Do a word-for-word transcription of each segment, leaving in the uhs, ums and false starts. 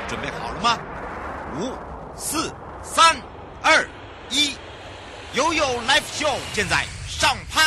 准备好了吗？五、四、三、二、一，悠悠 Live Show 现在上拍。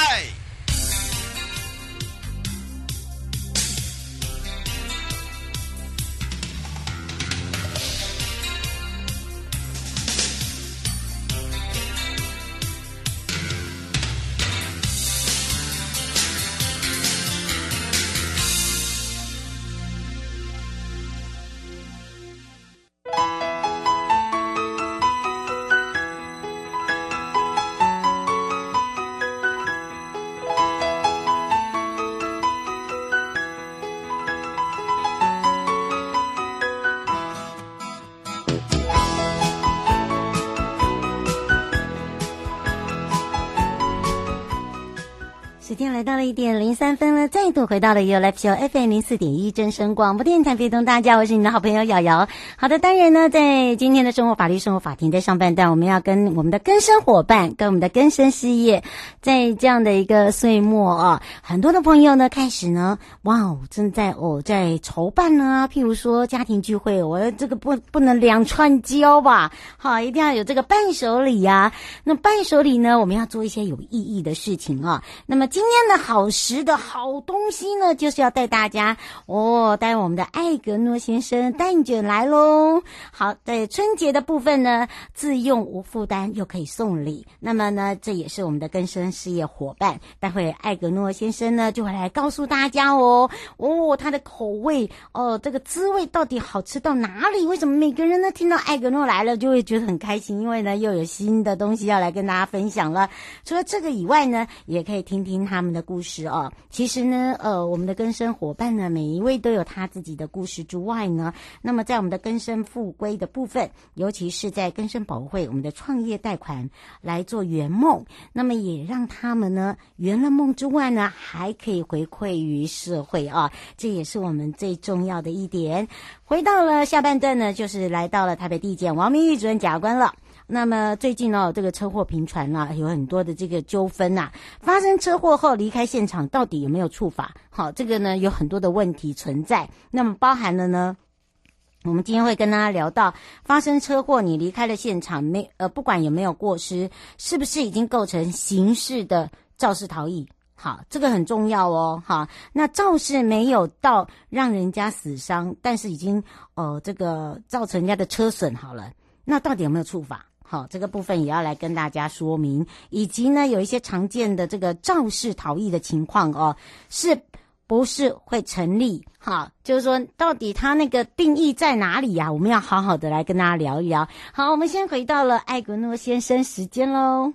时间来到了一点零三分了，再度回到了有 Live Show F M 零四点一真声广播电台，陪同大家，我是你的好朋友瑶瑶。好的，当然呢，在今天的生活法律生活法庭在上半段，我们要跟我们的更生伙伴，跟我们的更生事业，在这样的一个岁末啊，很多的朋友呢开始呢，哇哦，正在哦在筹办呢，譬如说家庭聚会，我这个不不能两串交吧，好，一定要有这个伴手礼啊。那伴手礼呢，我们要做一些有意义的事情啊。那么今天的好食的好东西呢，就是要带大家哦，带我们的艾格诺先生蛋卷来咯。好，在春节的部分呢，自用无负担又可以送礼。那么呢，这也是我们的更生事业伙伴，待会艾格诺先生呢就会来告诉大家哦，哦，他的口味哦，这个滋味到底好吃到哪里？为什么每个人呢听到艾格诺来了就会觉得很开心？因为呢又有新的东西要来跟大家分享了。除了这个以外呢，也可以听听他们的故事哦。其实呢，呃，我们的更生伙伴呢，每一位都有他自己的故事之外呢，那么在我们的更生复归的部分，尤其是在更生保护会，我们的创业贷款来做圆梦，那么也让他们呢圆了梦之外呢，还可以回馈于社会啊，这也是我们最重要的一点。回到了下半段呢，就是来到了台北地检王明玉主任检察官了。那么最近哦，这个车祸频传啊，有很多的这个纠纷啊，发生车祸后离开现场到底有没有处罚？好，这个呢有很多的问题存在。那么包含了呢，我们今天会跟大家聊到，发生车祸你离开了现场，没呃不管有没有过失，是不是已经构成刑事的肇事逃逸？好，这个很重要哦。好，那肇事没有到让人家死伤，但是已经呃这个造成人家的车损好了，那到底有没有处罚？好，这个部分也要来跟大家说明，以及呢有一些常见的这个肇事逃逸的情况哦，是不是会成立？好，就是说到底它那个定义在哪里呀？我们要好好的来跟大家聊一聊。好，我们先回到了艾格诺先生时间喽。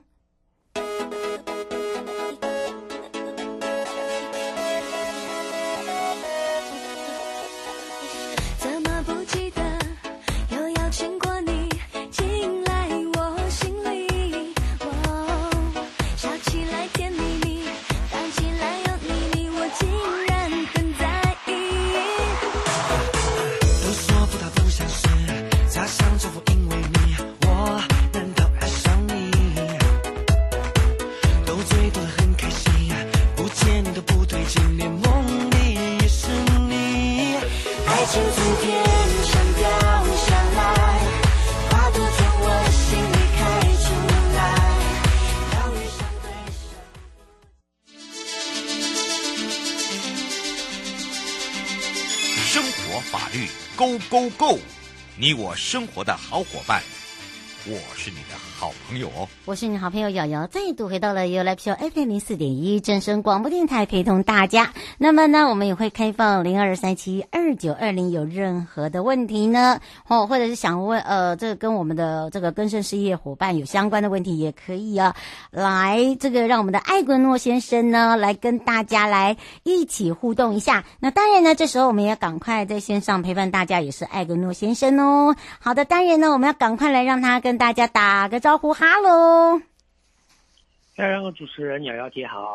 Go Go Go！ 你我生活的好伙伴，我是你的好朋友哦， 我是你好朋友瑶瑶，再度回到了有 Live Show F M 零四点一正声广播电台，陪同大家。那么呢，我们也会开放零二三七二九二零，有任何的问题呢，哦，或者是想问呃，这个跟我们的这个更生事业伙伴有相关的问题，也可以啊，来这个让我们的艾格诺先生呢来跟大家来一起互动一下。那当然呢，这时候我们也赶快在线上陪伴大家，也是艾格诺先生哦。好的，当然呢，我们要赶快来让他跟大家打个招呼，哈喽。 两个主持人瑶瑶姐好。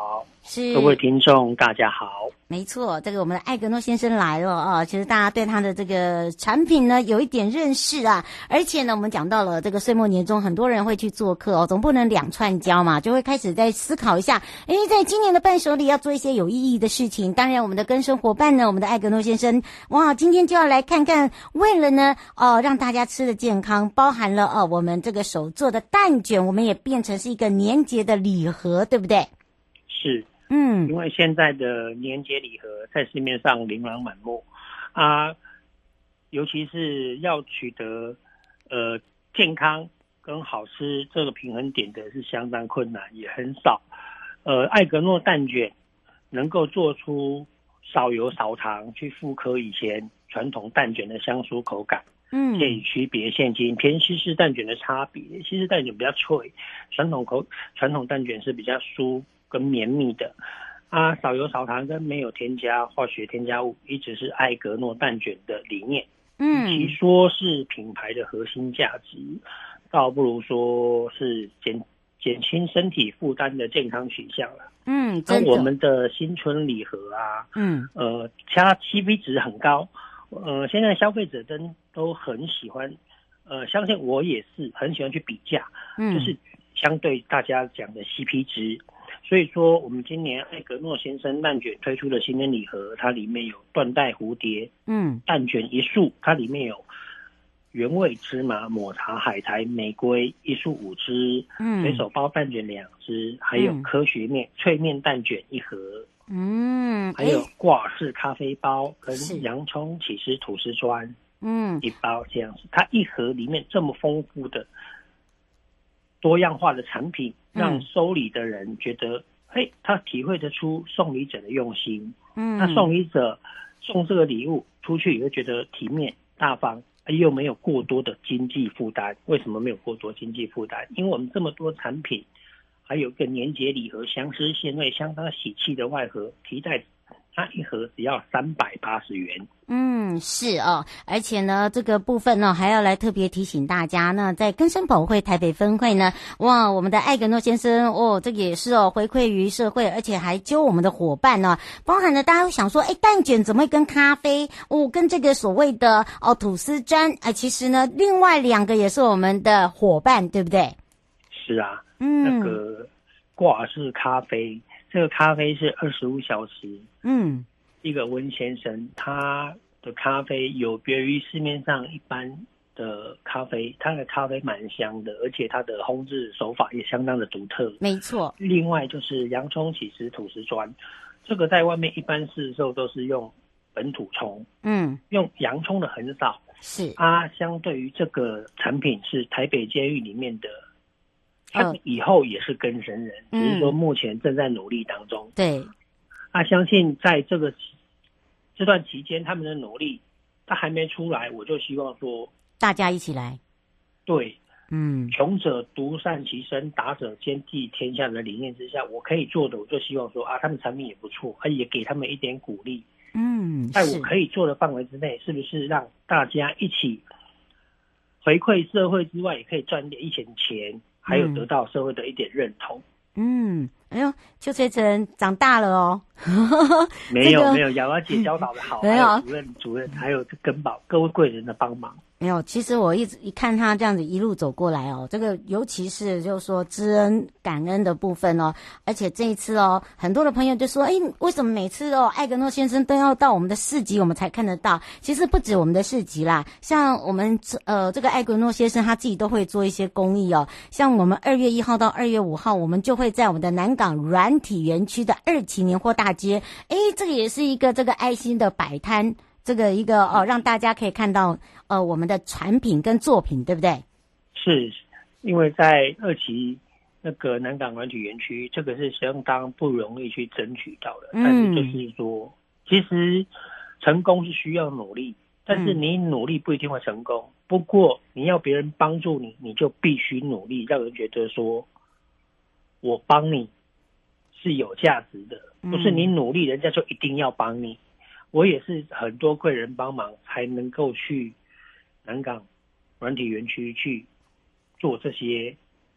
是各位听众大家好。 没错，这个我们的艾格诺先生来了啊！其实大家对他的这个产品呢有一点认识啊，而且呢，我们讲到了这个岁末年终，很多人会去做客哦，总不能两串交嘛，就会开始在思考一下，诶，在今年的伴手礼要做一些有意义的事情。当然，我们的跟生伙伴呢，我们的艾格诺先生，哇，今天就要来看看，为了呢，哦，让大家吃的健康，包含了哦，我们这个手做的蛋卷，我们也变成是一个年节的礼盒，对不对？ 是。 嗯， 因为现在的年节礼盒在市面上琳琅满目啊，尤其是要取得呃健康跟好吃这个平衡点的是相当困难，也很少。呃，艾格诺蛋卷能够做出少油少糖，去复刻以前传统蛋卷的香酥口感。嗯，借以区别现今偏西式蛋卷的差别。西式蛋卷比较脆，传统口传统蛋卷是比较酥跟绵密的啊，少油少糖跟没有添加化学添加物，一直是艾格诺蛋卷的理念。嗯，与其说是品牌的核心价值，倒不如说是减减轻身体负担的健康取向了。嗯，那我们的新春礼盒啊，嗯，呃，它 C P 值很高，呃，现在消费者都都很喜欢，呃，相信我也是很喜欢去比价，嗯，就是相对大家讲的 C P 值。所以说，我们今年艾格诺先生蛋卷推出的新年礼盒，它里面有缎带蝴蝶，嗯，蛋卷一束，它里面有原味芝麻、抹茶、海苔、玫瑰一束五只，嗯，随手包蛋卷两只，还有科学面、嗯、脆面蛋卷一盒，嗯，还有挂式咖啡包跟洋葱起司吐司砖，嗯，一包这样子。它一盒里面这么丰富的多样化的产品，让收礼的人觉得，嘿、嗯，他体会得出送礼者的用心。嗯，那送礼者送这个礼物出去也会觉得体面大方，又没有过多的经济负担。为什么没有过多经济负担？因为我们这么多产品，还有个年节礼盒，相思鲜味，相当喜气的外盒，提袋它一盒只要三百八十元。 嗯，是哦，而且呢，这个部分呢，还要来特别提醒大家呢，在根生保会台北分会呢，哇，我们的艾格诺先生哦，这个也是哦，回馈于社会，而且还揪我们的伙伴呢，包含了大家会想说，哎，蛋卷怎么会跟咖啡哦，跟这个所谓的哦吐司沾，哎，其实呢，另外两个也是我们的伙伴，对不对？ 是啊，嗯，那个挂式咖啡，这个咖啡是二十五小时，嗯。一个温先生，他的咖啡有别于市面上一般的咖啡，他的咖啡蛮香的，而且他的烘制手法也相当的独特。 没错。 另外就是洋葱起司吐司砖，这个在外面一般市售都是用本土葱，嗯，用洋葱的很少。是啊，相对于这个产品是台北监狱里面的，他以后也是更生人，只是说目前正在努力当中。 对。 啊，相信在这个这段期间，他们的努力，他还没出来，我就希望说， 大家一起来。 对，嗯，穷者独善其身，达者兼济天下的理念之下，我可以做的，我就希望说啊，他们产品也不错，啊，也给他们一点鼓励。嗯，在我可以做的范围之内，是不是让大家一起回馈社会之外，也可以赚点一点钱，还有得到社会的一点认同。 嗯，哎呦，邱垂成长大了哦。 没有、这个、没有，瑶瑶姐教导的好，没有主任主任还有根宝各位贵人的帮忙。 没有，其实我一直一看他这样子一路走过来哦，这个尤其是就是说知恩感恩的部分哦，而且这一次哦，很多的朋友就说，哎，为什么每次哦，艾格诺先生都要到我们的市集我们才看得到？其实不止我们的市集啦，像我们呃这个艾格诺先生他自己都会做一些公益哦，像我们二月一号到二月五号，我们就会在我们的南港软体园区的二期年货大街，哎，这个也是一个这个爱心的摆摊。这个一个哦，让大家可以看到呃我们的产品跟作品，对不对？ 是，因为在二期那个南港软体园区，这个是相当不容易去争取到的。嗯、但是就是说，其实成功是需要努力，但是你努力不一定会成功。嗯、不过你要别人帮助你，你就必须努力，让人觉得说我帮你是有价值的，不是你努力人家就一定要帮你。我也是很多贵人帮忙才能够去南港软体园区去做这些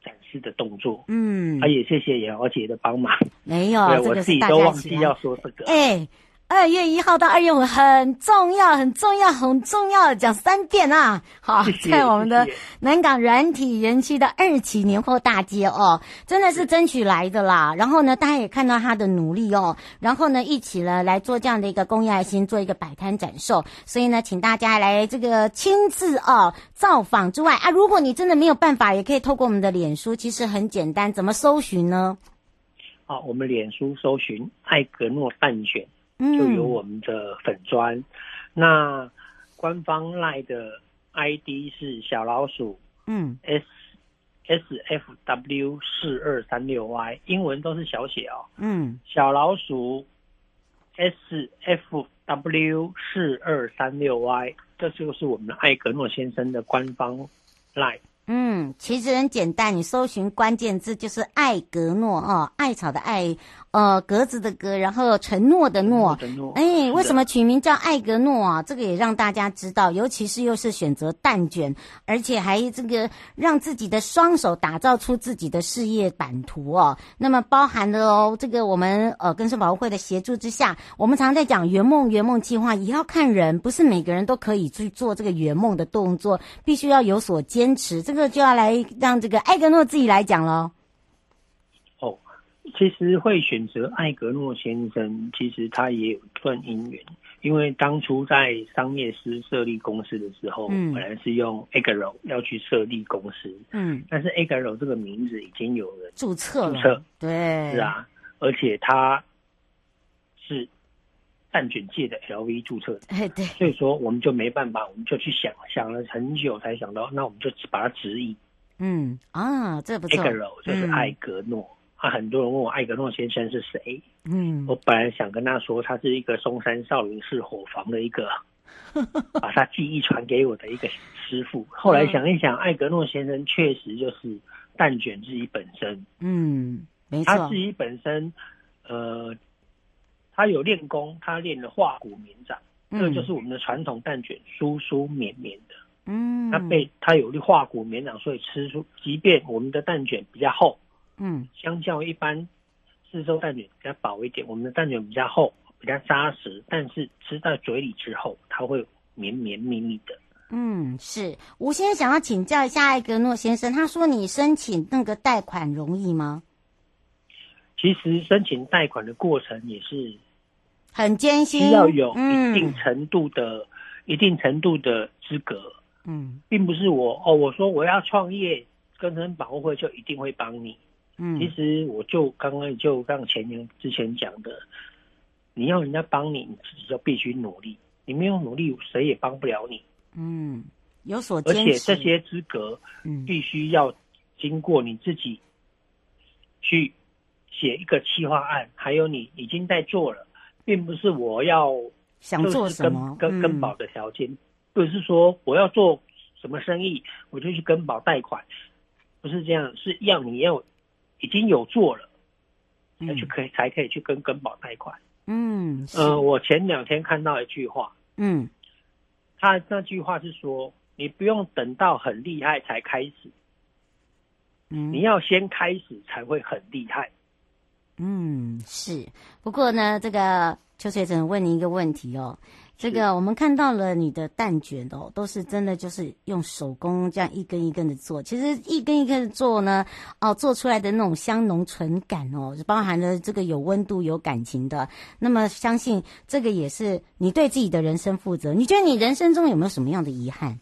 展示的动作。 嗯， 啊，也谢谢瑶瑶姐的帮忙。 没有， 对， 这我个是大家自己都忘一起来记要说这个。 哎，二月一号到二月五很重要，很重要，很重要，讲三遍啊！好， 谢谢在我们的谢谢南港软体园区的二期年货大街哦，真的是争取来的啦。然后呢，大家也看到他的努力哦，然后呢，一起呢来做这样的一个公益爱心，做一个摆摊展售。所以呢，请大家来这个亲自哦造访之外啊，如果你真的没有办法，也可以透过我们的脸书，其实很简单，怎么搜寻呢？ 好，我们脸书搜寻艾格诺蛋卷。 嗯， 就有我们的粉专，那官方 LINE 的 I D 是小老鼠嗯 S S F W 四二三六 Y， 英文都是小写哦。 嗯， 小老鼠 S F W 四二三六 Y， 这就是我们艾格诺先生的官方 LINE。 嗯，其实很简单，你搜寻关键字就是艾格诺哦，艾草的艾，呃，格子的格，然后承诺的诺。哎，为什么取名叫艾格诺啊？这个也让大家知道，尤其是又是选择蛋卷，而且还这个让自己的双手打造出自己的事业版图哦。那么包含了哦，这个我们呃根生保护会的协助之下，我们常在讲圆梦圆梦计划，也要看人，不是每个人都可以去做这个圆梦的动作，必须要有所坚持。这个就要来让这个艾格诺自己来讲咯。 哦，其实会选择艾格诺先生，其实他也有一段因缘，因为当初在商业司设立公司的时候，嗯，本来是用 Agro 要去设立公司，嗯，但是 Agro 这个名字已经有人注册了， 注册， 对， 是啊，而且他是蛋卷界的 L V 注册的， 哎，对， 所以说我们就没办法，我们就去想想了很久才想到，那我们就把它直译， 嗯啊，这不错 ，Agro 就是艾格诺。嗯啊，很多人问我艾格诺先生是谁？嗯，我本来想跟他说，他是一个松山少林寺伙房的一个，把他技艺传给我的一个师傅。后来想一想，艾格诺先生确实就是蛋卷自己本身。嗯，没错，他自己本身，呃，他有练功，他练了化骨绵掌，这个就是我们的传统蛋卷，酥酥绵绵的。嗯，他被他有化骨绵掌，所以吃出，即便我们的蛋卷比较厚。嗯，相较一般市售蛋卷比较薄一点，我们的蛋卷比较厚，比较扎实，但是吃到嘴里之后，它会绵绵密密的。嗯，是。吴先生想要请教一下艾格诺先生，他说你申请那个贷款容易吗？其实申请贷款的过程也是很艰辛，需要有一定程度的、嗯、一定程度的资格。嗯，并不是我哦，我说我要创业，根生保护会就一定会帮你。嗯，其实我就刚刚就像前年之前讲的，你要人家帮你，你自己就必须努力。你没有努力，谁也帮不了你。嗯，有所坚持。而且这些资格，嗯，必须要经过你自己去写一个企划案，还有你已经在做了，并不是我要想做什么跟跟保的条件，不是说我要做什么生意我就去跟保贷款，不是这样，是要你要已经有做了，才去可以才可以去跟跟保贷款。嗯，呃，我前两天看到一句话，嗯，他那句话是说，你不用等到很厉害才开始，嗯，你要先开始才会很厉害。嗯，是。不过呢，这个邱学成问你一个问题哦。这个我们看到了你的蛋卷哦，都是真的就是用手工这样一根一根的做。其实一根一根的做呢，哦，做出来的那种香浓醇感哦，包含了这个有温度、有感情的。那么相信这个也是你对自己的人生负责。你觉得你人生中有没有什么样的遗憾？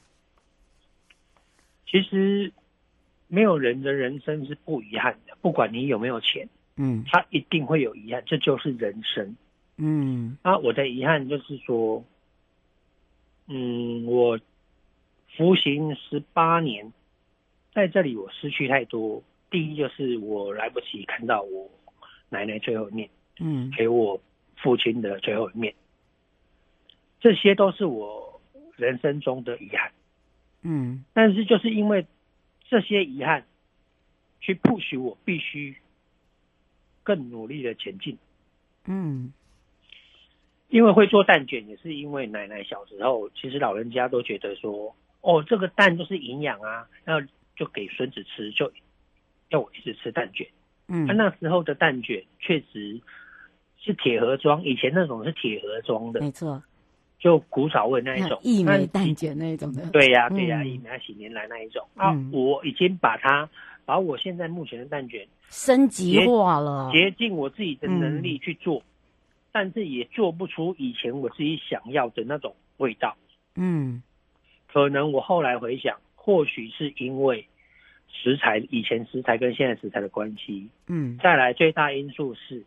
其实没有人的人生是不遗憾的，不管你有没有钱，嗯，他一定会有遗憾，这就是人生。嗯，那我的遗憾就是说，嗯，我服刑十八年，在这里我失去太多。第一就是我来不及看到我奶奶最后一面，嗯，还有我父亲的最后一面，这些都是我人生中的遗憾。嗯，但是就是因为这些遗憾，去 push 我必须更努力的前进。嗯。因为会做蛋卷，也是因为奶奶小时候，其实老人家都觉得说，哦，这个蛋就是营养啊，然后就给孙子吃，就要我一直吃蛋卷。 嗯， 啊、那时候的蛋卷确实是铁盒装，以前那种是铁盒装的， 没错， 就古早味那一种， 益美蛋卷那一种的。 对呀、啊、对呀、啊， 嗯益美喜年来那一种。啊， 嗯我已经把它把我现在目前的蛋卷升级化了， 竭尽我自己的能力去做，嗯、但是也做不出以前我自己想要的那种味道。 嗯， 可能我后来回想，或许是因为食材以前食材跟现在食材的关系。嗯，再来最大因素是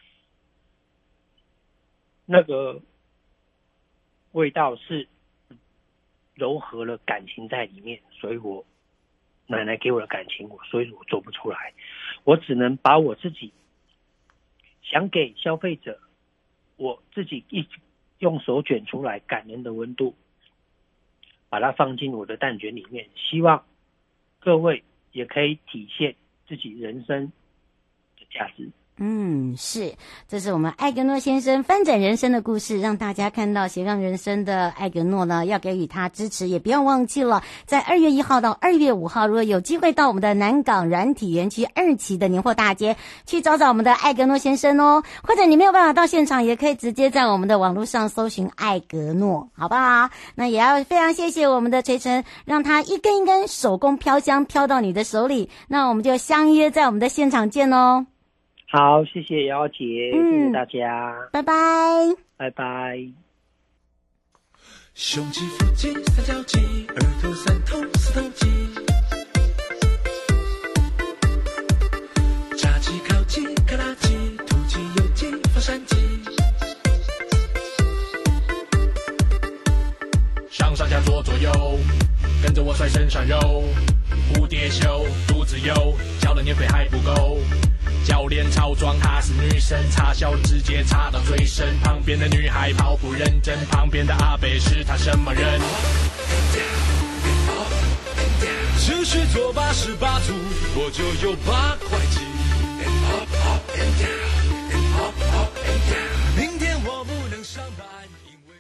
那个味道是糅合了感情在里面，所以我奶奶给我的感情，我所以我做不出来，我只能把我自己想给消费者，我自己一用手卷出来感人的温度，把它放进我的蛋卷里面，希望各位也可以体现自己人生的价值。 嗯，是，这是我们艾格诺先生翻转人生的故事，让大家看到斜杠人生的艾格诺呢，要给予他支持，也不要忘记了，在二月一号到二月五号，如果有机会到我们的南港软体园区二期的年货大街去找找我们的艾格诺先生哦，或者你没有办法到现场，也可以直接在我们的网络上搜寻艾格诺，好不好？那也要非常谢谢我们的垂成，让他一根一根手工飘香飘到你的手里，那我们就相约在我们的现场见哦。 好，谢谢姚姐，嗯、谢谢大家， 拜拜， 拜拜。 胸肌、腹肌、三角肌、二头、三头、四头肌，炸鸡、烤鸡、卡拉鸡、土鸡、油鸡、放山鸡，上上下左左右，跟着我甩身上肉，蝴蝶袖，肚子油，交了年费还不够。教练超壮，她是女神，插小直接插到最深。旁边的女孩跑步认真，旁边的阿伯是她什么人？持续做八十八组，我就有八块肌。明天我不能上班，因为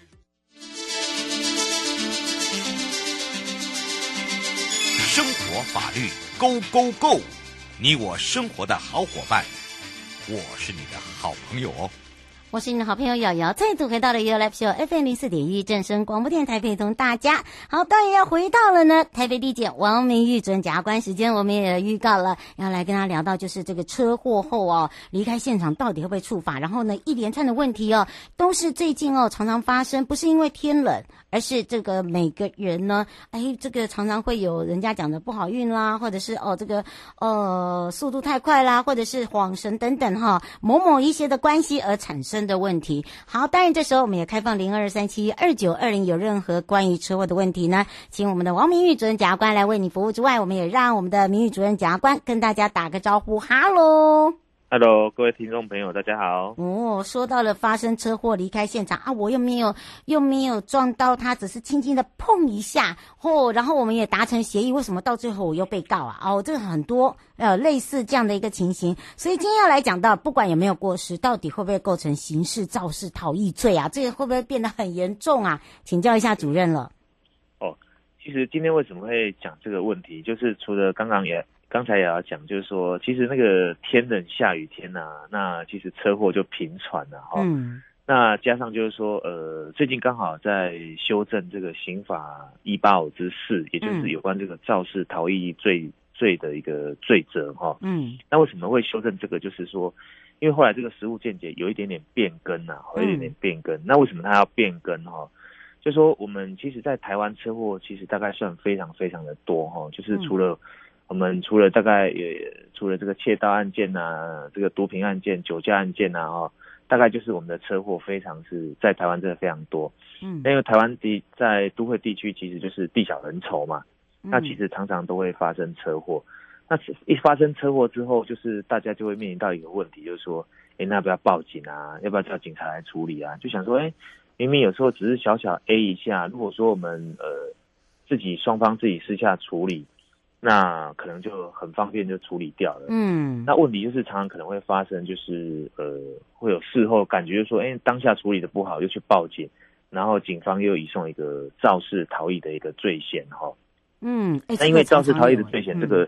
生活法律 Go Go Go， 你我生活的好伙伴，我是你的好朋友哦。 我是你的好朋友瑶瑶，再度回到了 You Live Show F M 零四点一正声广播电台，陪同大家。好，当然要回到了呢台北地检王明玉主任检察官时间，我们也预告了要来跟他聊到就是这个车祸后哦离开现场到底会不会触法，然后呢一连串的问题哦都是最近哦常常发生，不是因为天冷，而是这个每个人呢哎这个常常会有人家讲的不好运啦，或者是哦这个呃速度太快啦，或者是晃神等等哈、哦、某某一些的关系而产生的问题。好，当然这时候我们也开放零二三七二九二零，有任何关于车祸的问题呢，请我们的王明玉主任检察官来为你服务之外，我们也让我们的明玉主任检察官跟大家打个招呼。哈喽 Hello， 各位听众朋友，大家好。 哦，说到了发生车祸离开现场啊，我又没有又没有撞到他，只是轻轻的碰一下哦，然后我们也达成协议，为什么到最后我又被告啊？哦，这个很多呃类似这样的一个情形，所以今天要来讲到，不管有没有过失，到底会不会构成刑事肇事逃逸罪啊？这个会不会变得很严重啊？请教一下主任了。 哦，其实今天为什么会讲这个问题，就是除了刚刚也。刚才也要讲，就是说，其实那个天冷下雨天呐、啊，那其实车祸就频传了哈。嗯。那加上就是说，呃，最近刚好在修正这个刑法一八五之四，也就是有关这个肇事逃逸罪罪的一个罪责哈。嗯。那为什么会修正这个？就是说，因为后来这个实务见解有一点点变更呐、啊，有一点点变更。嗯、那为什么它要变更哈？就说我们其实，在台湾车祸其实大概算非常非常的多哈，就是除了、嗯我们除了大概也除了这个窃盗案件啊，这个毒品案件、酒驾案件啊，哦，大概就是我们的车祸非常是在台湾真的非常多。嗯，因为台湾地在都会地区其实就是地小人稠嘛，嗯、那其实常常都会发生车祸。那一发生车祸之后，就是大家就会面临到一个问题，就是说，哎，那要不要报警啊？要不要叫警察来处理啊？就想说，哎，明明有时候只是小小 A 一下，如果说我们呃自己双方自己私下处理。那可能就很方便就处理掉了。嗯，那问题就是常常可能会发生，就是呃会有事后感觉说，哎，当下处理的不好，又去报警，然后警方又移送一个肇事逃逸的一个罪嫌哈。嗯，那因为肇事逃逸的罪嫌、嗯、这个，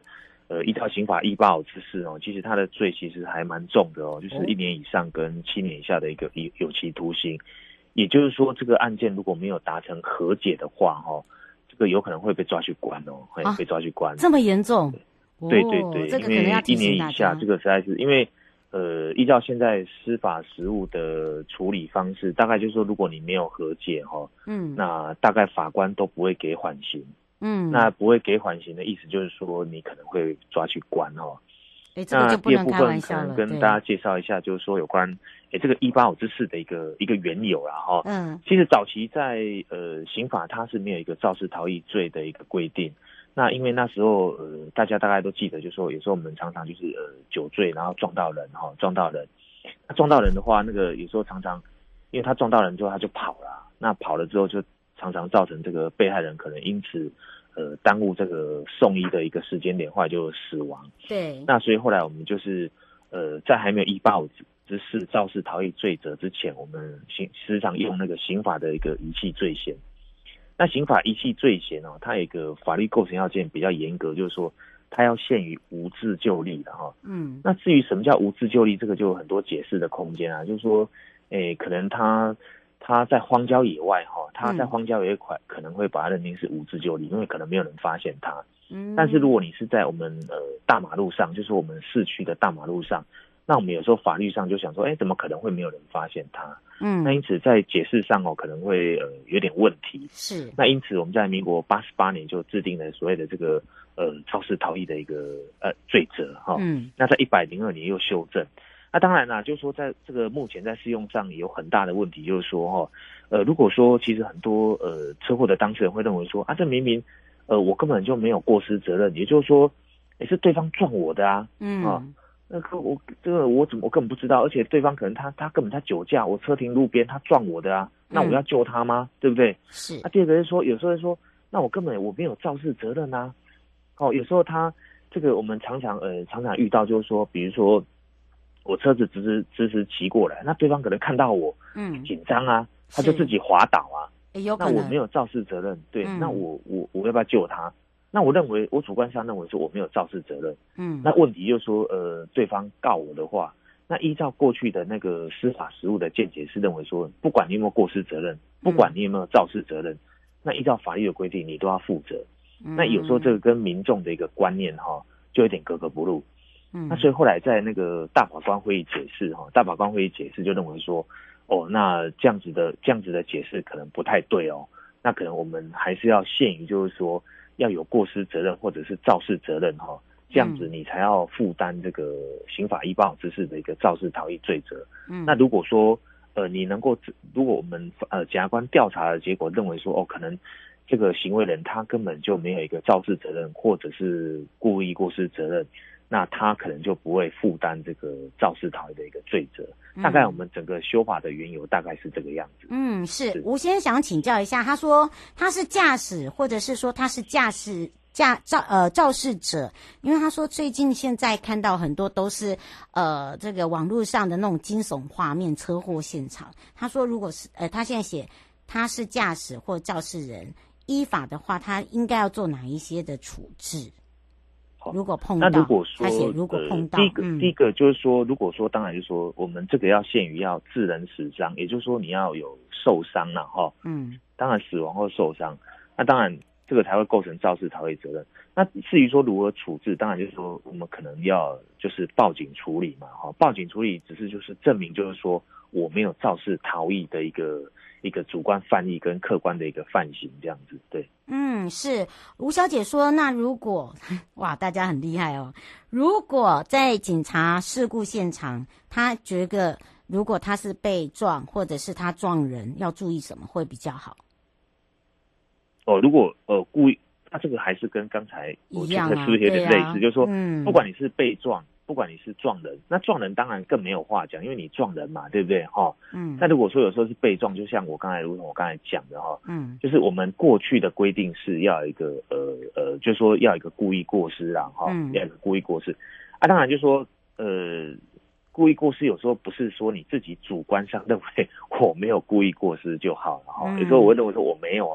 呃，依照刑法一八五之四哦，其实它的罪其实还蛮重的哦，就是一年以上跟七年以下的一个有期徒刑。也就是说，这个案件如果没有达成和解的话，哦，这个有可能会被抓去关哦，会、啊、被抓去关。 这么严重？ 对对对， 哦、这个可能要提醒大家。 因为一年以下，这个实在是因为呃，依照现在司法实务的处理方式，大概就是说，如果你没有和解哈、哦，嗯，那大概法官都不会给缓刑。嗯，那不会给缓刑的意思就是说，你可能会抓去关哦。 哎，这个就不能开玩笑了。 那第二部分可能跟大家介绍一下，就是说有关哎这个一八五之四的一个一个缘由啦哈。嗯，其实早期在呃刑法它是没有一个肇事逃逸罪的一个规定。那因为那时候呃大家大概都记得，就是说有时候我们常常就是呃酒醉然后撞到人哈，撞到人。那撞到人的话，那个有时候常常因为他撞到人之后他就跑了，那跑了之后就常常造成这个被害人可能因此呃耽误这个送医的一个时间点，后来就死亡。对。那所以后来我们就是呃在还没有一八五之四肇事逃逸罪责之前，我们刑时常用那个刑法的一个遗弃罪嫌。那刑法遗弃罪嫌哦，它有一个法律构成要件比较严格，就是说它要限于无自救力的哈。嗯。那至于什么叫无自救力，这个就有很多解释的空间啊，就是说，诶，可能他他在荒郊野外哈，他在荒郊野外可能会把它认定是无自救力，因为可能没有人发现他。嗯。但是如果你是在我们呃大马路上，就是我们市区的大马路上，那我们有时候法律上就想说，哎，怎么可能会没有人发现他？嗯。那因此在解释上哦，可能会呃有点问题。是。那因此我们在民国八十八年就制定了所谓的这个呃肇事逃逸的一个呃罪责哈。嗯。那在一百零二年又修正。那当然啦，就是说在这个目前在适用上也有很大的问题，就是说哈，呃，如果说其实很多呃车祸的当事人会认为说啊，这明明呃我根本就没有过失责任，也就是说也是对方撞我的啊，嗯啊，那个我这个我怎么我根本不知道，而且对方可能他他根本他酒驾，我车停路边他撞我的啊，那我要救他吗？对不对？是。那第二个是说，有时候说，那我根本我没有肇事责任啊，哦，有时候他这个我们常常呃常常遇到就是说，比如说。我车子直直直直骑过来，那对方可能看到我，嗯，紧张啊，他就自己滑倒啊，有可能。那我没有肇事责任，对，嗯、那我我我要不要救他？那我认为我主观上认为说我没有肇事责任，嗯，那问题就是说，呃，对方告我的话，那依照过去的那个司法实务的见解是认为说，不管你有没有过失责任，不管你有没有肇事责任，嗯、那依照法律的规定你都要负责。嗯、那有时候这个跟民众的一个观念哈，就有点格格不入。嗯，那所以后来在那个大法官会议解释哈，大法官会议解释就认为说，哦，那这样子的这样子的解释可能不太对哦，那可能我们还是要限于就是说要有过失责任或者是肇事责任哈，这样子你才要负担这个刑法一八五之四的一个肇事逃逸罪责。嗯，那如果说呃你能够，如果我们呃检察官调查的结果认为说哦可能这个行为人他根本就没有一个肇事责任或者是故意过失责任。那他可能就不会负担这个肇事逃逸的一个罪责。大概我们整个修法的缘由大概是这个样子。嗯，是。是吴先生想请教一下，他说他是驾驶，或者是说他是驾驶驾肇呃肇事者，因为他说最近现在看到很多都是呃这个网络上的那种惊悚画面，车祸现场。他说如果是呃他现在写他是驾驶或肇事人，依法的话，他应该要做哪一些的处置？如果碰到，那如果说，如果碰到，呃、第一个、嗯、第一个就是说，如果说，当然就是说，我们这个要限于要致人死伤，也就是说你要有受伤了哈，嗯，当然死亡或受伤，那当然这个才会构成肇事逃逸责任。那至于说如何处置，当然就是说我们可能要就是报警处理嘛，哈，报警处理只是就是证明就是说我没有肇事逃逸的一个一个主观犯意跟客观的一个犯行这样子，对。嗯，是吴小姐说，那如果哇，大家很厉害哦。如果在警察事故现场，他觉得如果他是被撞，或者是他撞人，要注意什么会比较好？哦，如果呃故意，那这个还是跟刚才我觉得是不是有点类似？啊、就是说，嗯，不管你是被撞。不管你是撞人，那撞人当然更没有话讲，因为你撞人嘛，对不对？哈，嗯。那如果说有时候是被撞，就像我刚才如同我刚才讲的哈，嗯，就是我们过去的规定是要有一个呃呃，就是说要有一个故意过失啦，哈，嗯，要有一个故意过失啊。当然就是说呃，故意过失有时候不是说你自己主观上认为我没有故意过失就好了哈，嗯，有时候我会认为说我没有啊，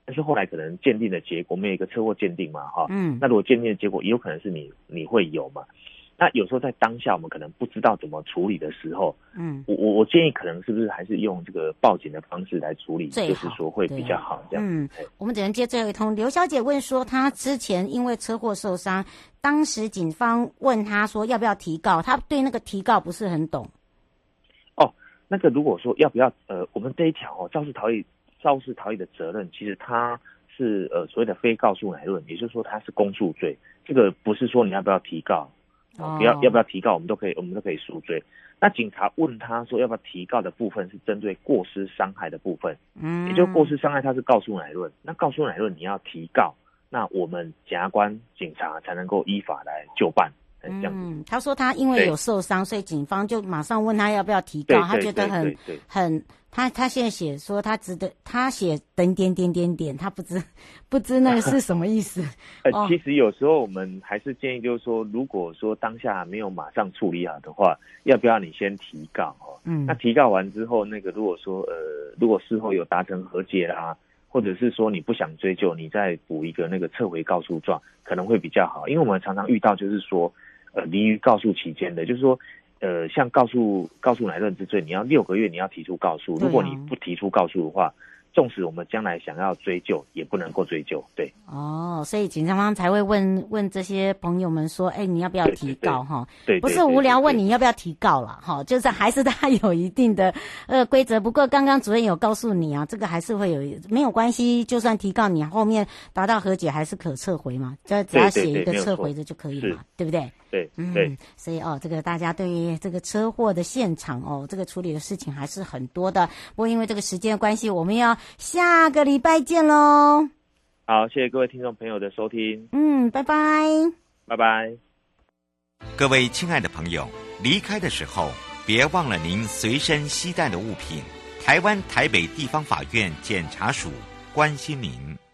但是后来可能鉴定的结果，我们有一个车祸鉴定嘛，哈， 嗯， 那如果鉴定的结果也有可能是你你会有嘛。那有时候在当下我们可能不知道怎么处理的时候，嗯，我我我建议可能是不是还是用这个报警的方式来处理，就是说会比较好这样。 嗯，我们只能接最后一通。刘小姐问说，她之前因为车祸受伤，当时警方问她说要不要提告，她对那个提告不是很懂。 哦，那个如果说要不要呃，我们这一条哦，肇事逃逸肇事逃逸的责任，其实它是呃所谓的非告诉乃论，也就是说它是公诉罪，这个不是说你要不要提告。哦，不要要不要提告，我们都可以，我们都可以诉罪。那警察问他说要不要提告的部分是针对过失伤害的部分，嗯，也就是过失伤害，它是告诉乃论。那告诉乃论你要提告，那我们检察官、警察才能够依法来就办。这样子。 嗯，他说他因为有受伤，所以警方就马上问他要不要提告，他觉得很很。他他现在写说他值得，他写等点点点点，他不知不知那个是什么意思。 呃，哦、其实有时候我们还是建议，就是说，如果说当下没有马上处理好的话，要不要你先提告哦？嗯，那提告完之后，那个如果说呃，如果事后有达成和解啦，或者是说你不想追究，你再补一个那个撤回告诉状，可能会比较好。因为我们常常遇到就是说，呃，离于告诉期间的，就是说。呃，像告诉告诉乃论之罪，你要六个月你要提出告诉，如果你不提出告诉的话，纵使我们将来想要追究，也不能够追究。对。 哦，所以警察方才会问问这些朋友们说，哎，你要不要提告哈？ 对， 不是无聊问你要不要提告了哈，就是还是它有一定的呃规则。不过刚刚主任有告诉你啊，这个还是会有没有关系，就算提告你后面达到和解还是可撤回嘛，只只要写一个撤回的就可以了嘛，对不对？ 对， 嗯， 对， 所以哦，这个大家对于这个车祸的现场哦，这个处理的事情还是很多的。不过因为这个时间的关系，我们要下个礼拜见喽。 好，谢谢各位听众朋友的收听。 嗯，拜拜， 拜拜。 各位亲爱的朋友，离开的时候别忘了您随身携带的物品。台湾台北地方法院检察署关心您。